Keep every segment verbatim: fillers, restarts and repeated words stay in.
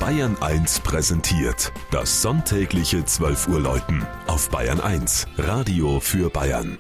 Bayern eins präsentiert das sonntägliche zwölf Uhr Läuten auf Bayern eins, Radio für Bayern.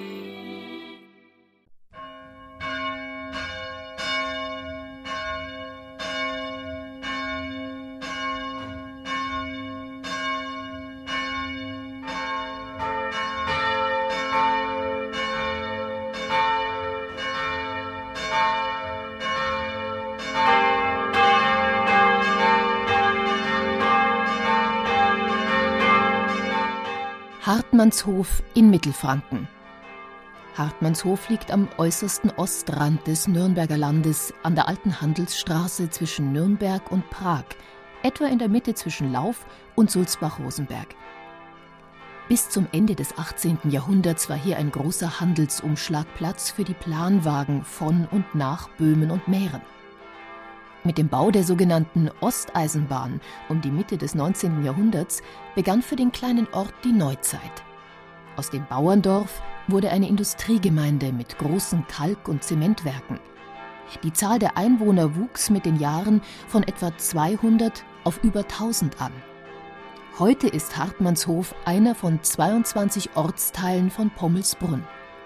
Hartmannshof in Mittelfranken. Hartmannshof liegt am äußersten Ostrand des Nürnberger Landes an der alten Handelsstraße zwischen Nürnberg und Prag, etwa in der Mitte zwischen Lauf und Sulzbach-Rosenberg. Bis zum Ende des achtzehnten Jahrhunderts war hier ein großer Handelsumschlagplatz für die Planwagen von und nach Böhmen und Mähren. Mit dem Bau der sogenannten Osteisenbahn um die Mitte des neunzehnten Jahrhunderts begann für den kleinen Ort die Neuzeit. Aus dem Bauerndorf wurde eine Industriegemeinde mit großen Kalk- und Zementwerken. Die Zahl der Einwohner wuchs mit den Jahren von etwa zweihundert auf über tausend an. Heute ist Hartmannshof einer von zweiundzwanzig Ortsteilen von Pommelsbrunn.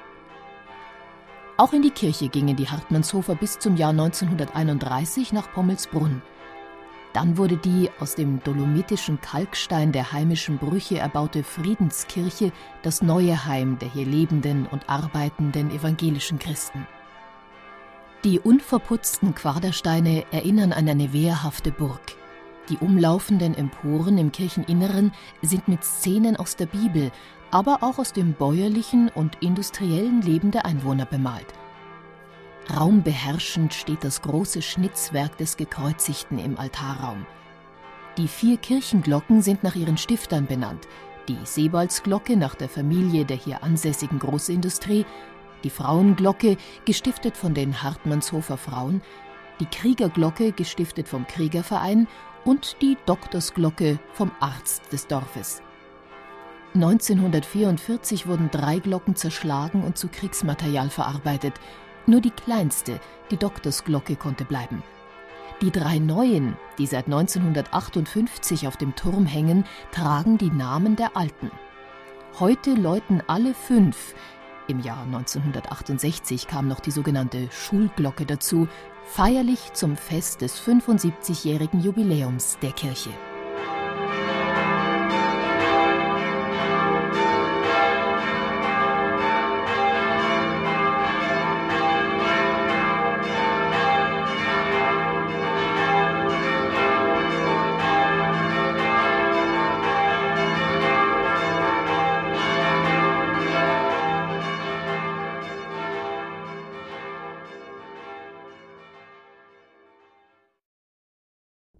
Auch in die Kirche gingen die Hartmannshofer bis zum Jahr neunzehnhunderteinunddreißig nach Pommelsbrunn. Dann wurde die aus dem dolomitischen Kalkstein der heimischen Brüche erbaute Friedenskirche das neue Heim der hier lebenden und arbeitenden evangelischen Christen. Die unverputzten Quadersteine erinnern an eine wehrhafte Burg. Die umlaufenden Emporen im Kircheninneren sind mit Szenen aus der Bibel, aber auch aus dem bäuerlichen und industriellen Leben der Einwohner bemalt. Raumbeherrschend steht das große Schnitzwerk des Gekreuzigten im Altarraum. Die vier Kirchenglocken sind nach ihren Stiftern benannt: die Sebaldsglocke nach der Familie der hier ansässigen Großindustrie, die Frauenglocke, gestiftet von den Hartmannshofer Frauen, die Kriegerglocke, gestiftet vom Kriegerverein, und die Doktorsglocke vom Arzt des Dorfes. neunzehnhundertvierundvierzig wurden drei Glocken zerschlagen und zu Kriegsmaterial verarbeitet. Nur die kleinste, die Doktorsglocke, konnte bleiben. Die drei neuen, die seit neunzehnhundertachtundfünfzig auf dem Turm hängen, tragen die Namen der alten. Heute läuten alle fünf. Im Jahr neunzehnhundertachtundsechzig kam noch die sogenannte Schulglocke dazu, feierlich zum Fest des fünfundsiebzigjährigen Jubiläums der Kirche.